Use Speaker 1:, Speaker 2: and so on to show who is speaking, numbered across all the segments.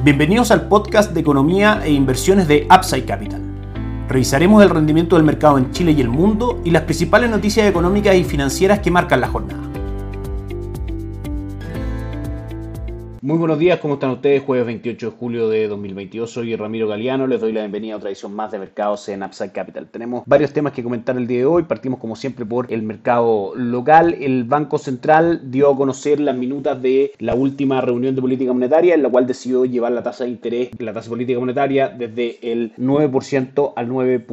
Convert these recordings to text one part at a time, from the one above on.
Speaker 1: Bienvenidos al podcast de economía e inversiones de Upside Capital. Revisaremos el rendimiento del mercado en Chile y el mundo y las principales noticias económicas y financieras que marcan la jornada. Muy buenos días, ¿cómo están ustedes? Jueves 28 de julio de 2022, soy Ramiro Galeano, les doy la bienvenida a otra edición más de mercados en Upside Capital. Tenemos varios temas que comentar el día de hoy, partimos como siempre por el mercado local. El Banco Central dio a conocer las minutas de la última reunión de política monetaria, en la cual decidió llevar la tasa de interés, la tasa política monetaria, desde el 9% al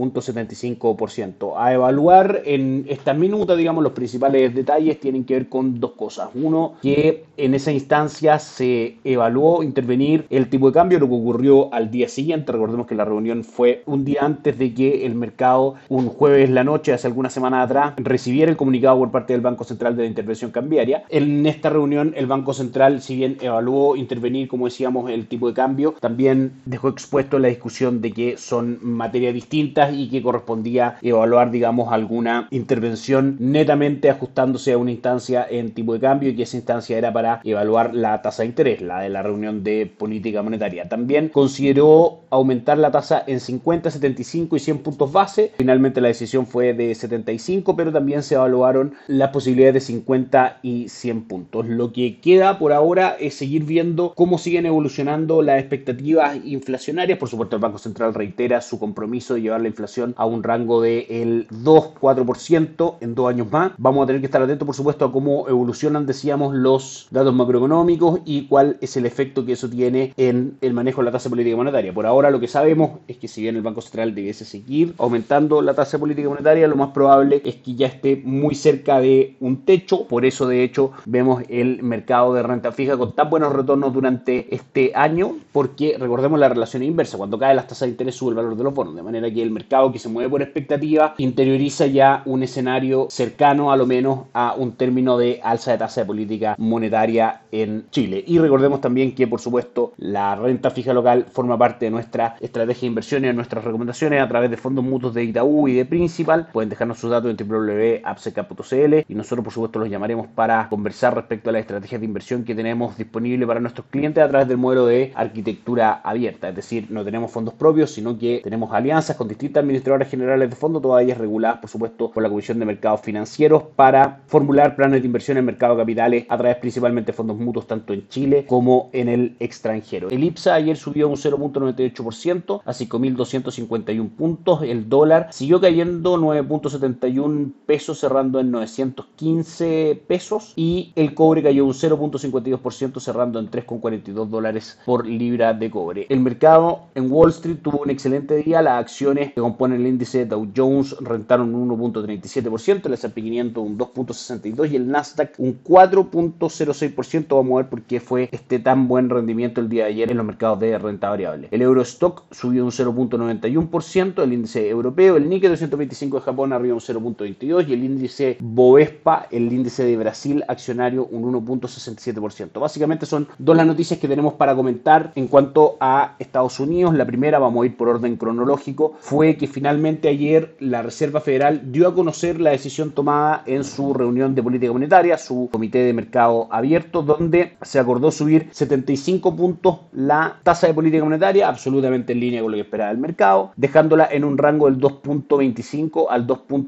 Speaker 1: 9.75%. A evaluar en estas minutas, digamos, los principales detalles tienen que ver con dos cosas. Uno, que en esa instancia se evaluó intervenir el tipo de cambio, lo que ocurrió al día siguiente. Recordemos que la reunión fue un día antes de que el mercado, un jueves la noche, hace algunas semanas atrás, recibiera el comunicado por parte del Banco Central de la intervención cambiaria. En esta reunión el Banco Central, si bien evaluó intervenir, como decíamos, el tipo de cambio, también dejó expuesto la discusión de que son materias distintas y que correspondía evaluar, digamos, alguna intervención netamente ajustándose a una instancia en tipo de cambio, y que esa instancia era para evaluar la tasa de interés, la de la reunión de política monetaria. También consideró aumentar la tasa en 50, 75 y 100 puntos base. Finalmente la decisión fue de 75, pero también se evaluaron las posibilidades de 50 y 100 puntos. Lo que queda por ahora es seguir viendo cómo siguen evolucionando las expectativas inflacionarias. Por supuesto, el Banco Central reitera su compromiso de llevar la inflación a un rango del 2-4% en 2 años más. Vamos a tener que estar atentos, por supuesto, a cómo evolucionan, decíamos, los datos macroeconómicos y cuál es el efecto que eso tiene en el manejo de la tasa política monetaria. Por ahora lo que sabemos es que si bien el Banco Central debiese seguir aumentando la tasa política monetaria, lo más probable es que ya esté muy cerca de un techo. Por eso, de hecho, vemos el mercado de renta fija con tan buenos retornos durante este año, porque recordemos la relación inversa: cuando caen las tasas de interés sube el valor de los bonos, de manera que el mercado, que se mueve por expectativa, interioriza ya un escenario cercano a lo menos a un término de alza de tasa de política monetaria en Chile. Y recordemos también que, por supuesto, la renta fija local forma parte de nuestra estrategia de inversión y de nuestras recomendaciones a través de fondos mutuos de Itaú y de Principal. Pueden dejarnos sus datos en www.upsecap.cl y nosotros, por supuesto, los llamaremos para conversar respecto a las estrategias de inversión que tenemos disponible para nuestros clientes a través del modelo de arquitectura abierta. Es decir, no tenemos fondos propios, sino que tenemos alianzas con distintas administradoras generales de fondos, todas ellas reguladas, por supuesto, por la Comisión de Mercados Financieros, para formular planes de inversión en mercado de capitales a través principalmente de fondos mutuos tanto en Chile como en el extranjero. El IPSA ayer subió un 0.98% a 5.251 puntos. El dólar siguió cayendo 9.71 pesos, cerrando en 915 pesos. Y el cobre cayó un 0.52%, cerrando en 3.42 dólares por libra de cobre. El mercado en Wall Street tuvo un excelente día. Las acciones que componen el índice Dow Jones rentaron un 1.37%, el S&P 500 un 2.62% y el Nasdaq un 4.06%. Vamos a ver por qué fue este tan buen rendimiento el día de ayer en los mercados de renta variable. El Eurostock subió un 0.91%, el índice europeo, el Nikkei 225 de Japón arriba un 0.22% y el índice Bovespa, el índice de Brasil accionario, un 1.67%. Básicamente son dos las noticias que tenemos para comentar en cuanto a Estados Unidos. La primera, vamos a ir por orden cronológico, fue que finalmente ayer la Reserva Federal dio a conocer la decisión tomada en su reunión de política monetaria, su comité de mercado abierto, donde se acordó subir 75 puntos la tasa de política monetaria, absolutamente en línea con lo que esperaba el mercado, dejándola en un rango del 2.25 al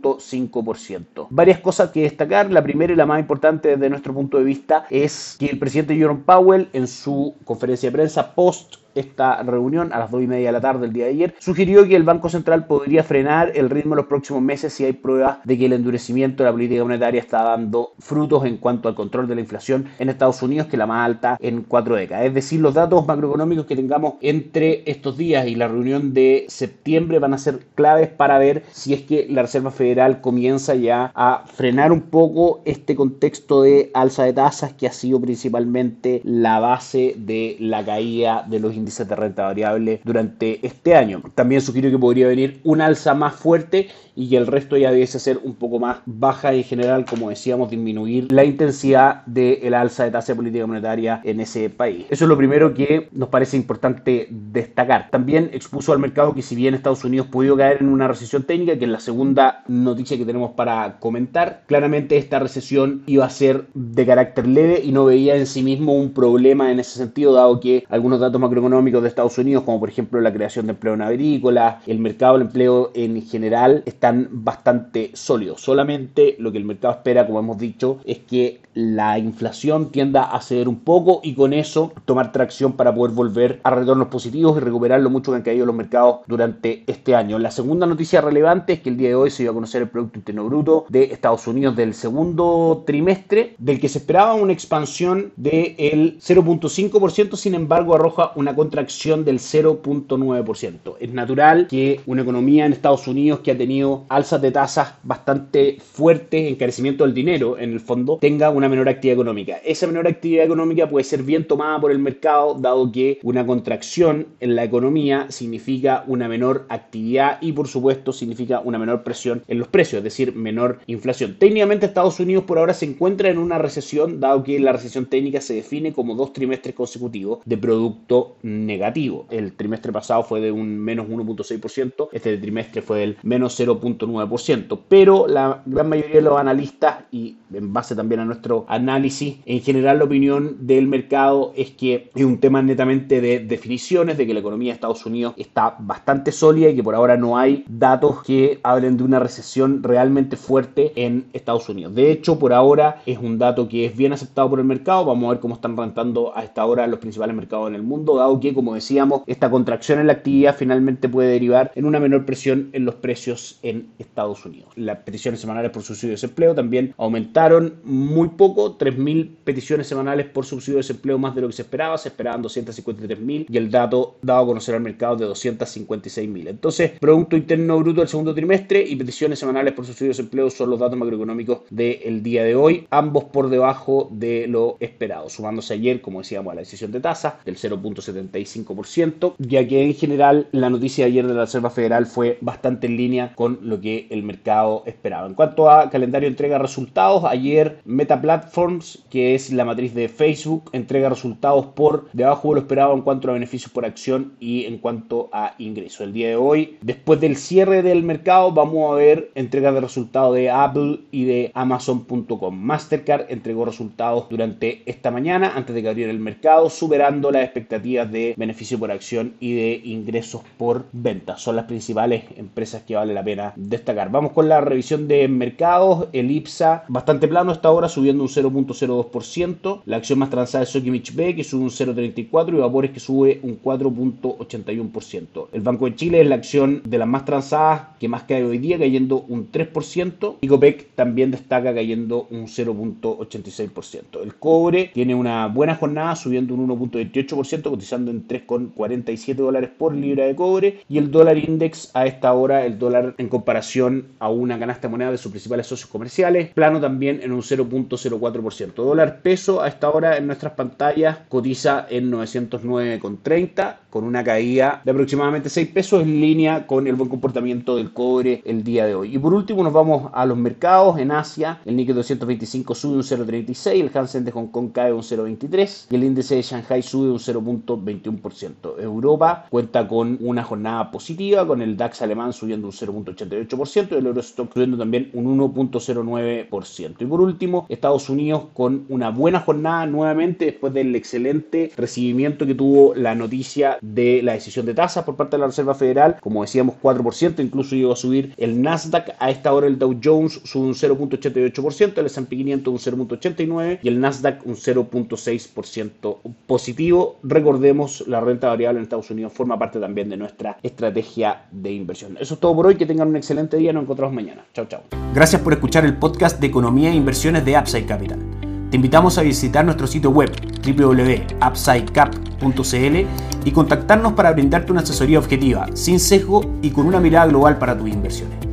Speaker 1: 2.5%. Varias cosas que destacar. La primera y la más importante desde nuestro punto de vista es que el presidente Jerome Powell, en su conferencia de prensa post esta reunión a las 2:30 de la tarde del día de ayer, sugirió que el Banco Central podría frenar el ritmo en los próximos meses si hay pruebas de que el endurecimiento de la política monetaria está dando frutos en cuanto al control de la inflación en Estados Unidos, que es la más alta en 4 décadas. Es decir, los datos macroeconómicos que tengamos entre estos días y la reunión de septiembre van a ser claves para ver si es que la Reserva Federal comienza ya a frenar un poco este contexto de alza de tasas que ha sido principalmente la base de la caída de los índices de renta variable durante este año. También sugiero que podría venir un alza más fuerte y que el resto ya debiese ser un poco más baja y en general, como decíamos, disminuir la intensidad del alza de tasa de política monetaria en ese país. Eso es lo primero que nos parece importante destacar. También expuso al mercado que si bien Estados Unidos pudo caer en una recesión técnica, que es la segunda noticia que tenemos para comentar, claramente esta recesión iba a ser de carácter leve y no veía en sí mismo un problema en ese sentido, dado que algunos datos macroeconómicos macroeconómicos de Estados Unidos, como por ejemplo la creación de empleo en agrícola, el mercado del empleo en general, están bastante sólidos. Solamente lo que el mercado espera, como hemos dicho, es que la inflación tienda a ceder un poco y con eso tomar tracción para poder volver a retornos positivos y recuperar lo mucho que han caído los mercados durante este año. La segunda noticia relevante es que el día de hoy se dio a conocer el Producto Interno Bruto de Estados Unidos del segundo trimestre, del que se esperaba una expansión del 0.5%, sin embargo arroja una contracción del 0.9%. Es natural que una economía en Estados Unidos que ha tenido alzas de tasas bastante fuertes, encarecimiento del dinero en el fondo, tenga una menor actividad económica. Esa menor actividad económica puede ser bien tomada por el mercado, dado que una contracción en la economía significa una menor actividad y por supuesto significa una menor presión en los precios, es decir, menor inflación. Técnicamente Estados Unidos por ahora se encuentra en una recesión, dado que la recesión técnica se define como 2 trimestres consecutivos de producto negativo. El trimestre pasado fue de un menos 1.6%, este trimestre fue del menos 0.9%, pero la gran mayoría de los analistas, y en base también a nuestro análisis, en general la opinión del mercado es que es un tema netamente de definiciones, de que la economía de Estados Unidos está bastante sólida y que por ahora no hay datos que hablen de una recesión realmente fuerte en Estados Unidos. De hecho, por ahora es un dato que es bien aceptado por el mercado. Vamos a ver cómo están rentando a esta hora los principales mercados en el mundo, dado que, como decíamos, esta contracción en la actividad finalmente puede derivar en una menor presión en los precios en Estados Unidos. Las peticiones semanales por subsidio de desempleo también aumentaron muy poco, 3.000 peticiones semanales por subsidio de desempleo, más de lo que se esperaban 253.000 y el dato dado a conocer al mercado de 256.000. Entonces, Producto Interno Bruto del segundo trimestre y peticiones semanales por subsidio de desempleo son los datos macroeconómicos del día de hoy, ambos por debajo de lo esperado, sumándose ayer, como decíamos, a la decisión de tasa del 0.75%, ya que en general la noticia de ayer de la Reserva Federal fue bastante en línea con lo que el mercado esperaba. En cuanto a calendario de entrega de resultados, ayer Meta Platforms, que es la matriz de Facebook, entrega resultados por debajo de lo esperado en cuanto a beneficios por acción y en cuanto a ingresos. El día de hoy, después del cierre del mercado, vamos a ver entregas de resultados de Apple y de Amazon.com. Mastercard entregó resultados durante esta mañana, antes de que abriera el mercado, superando las expectativas de beneficio por acción y de ingresos por venta. Son las principales empresas que vale la pena destacar. Vamos con la revisión de mercados. El IPSA bastante plano hasta ahora, subiendo un 0.02%. La acción más transada es Sokimich B, que sube un 0.34%, y Vapores, que sube un 4.81%. El Banco de Chile es la acción de las más transadas que más cae hoy día, cayendo un 3%. Y Copec también destaca, cayendo un 0.86%. El cobre tiene una buena jornada, subiendo un 1.28%, cotizando en $3.47 por libra de cobre. Y el dólar index a esta hora, el dólar en comparación a una canasta de moneda de sus principales socios comerciales, plano también en un 0.04%. Dólar peso a esta hora en nuestras pantallas cotiza en 909,30, con una caída de aproximadamente 6 pesos, en línea con el buen comportamiento del cobre el día de hoy. Y por último nos vamos a los mercados. En Asia, el Nikkei 225 sube un 0.36, el Hansen de Hong Kong cae un 0.23 y el índice de Shanghai sube un 0.21%. Europa cuenta con una jornada positiva, con el DAX alemán subiendo un 0.88% y el Eurostock subiendo también un 1.09%. Y por último, Estados Unidos con una buena jornada nuevamente después del excelente recibimiento que tuvo la noticia de la decisión de tasas por parte de la Reserva Federal. Como decíamos, 4%, incluso llegó a subir el Nasdaq. A esta hora el Dow Jones sube un 0.88%, el S&P 500 un 0.89% y el Nasdaq un 0.6% positivo. Recordemos, la renta variable en Estados Unidos forma parte también de nuestra estrategia de inversión. Eso es todo por hoy, que tengan un excelente día, nos encontramos mañana. Chao, chao.
Speaker 2: Gracias por escuchar el podcast de Economía e Inversiones de Upside Capital. Te invitamos a visitar nuestro sitio web www.upsidecap.cl y contactarnos para brindarte una asesoría objetiva, sin sesgo y con una mirada global para tus inversiones.